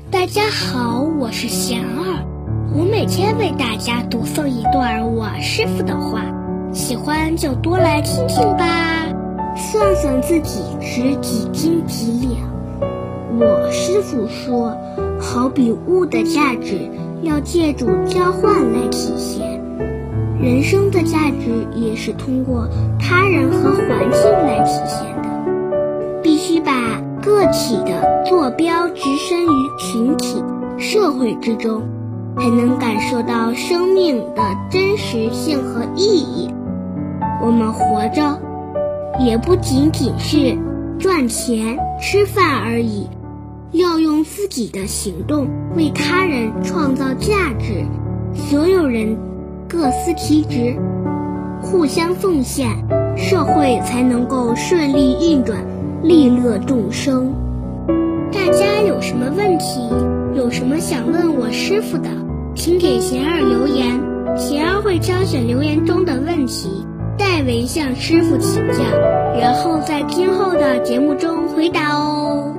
大家好，我是贤儿，我每天为大家读诵一段我师父的话，喜欢就多来听听吧。算算自己值几斤几两。我师父说，好比物的价值要借助交换来体现，人生的价值也是通过他人和环境来体现的。必须把个体的坐标置身于群体社会之中，才能感受到生命的真实性和意义。我们活着也不仅仅是赚钱吃饭而已，要用自己的行动为他人创造价值。所有人各司其职，互相奉献，社会才能够顺利运转，利乐众生。大家有什么问题，有什么想问我师父的，请给贤儿留言，贤儿会挑选留言中的问题，代为向师父请教，然后在今后的节目中回答哦。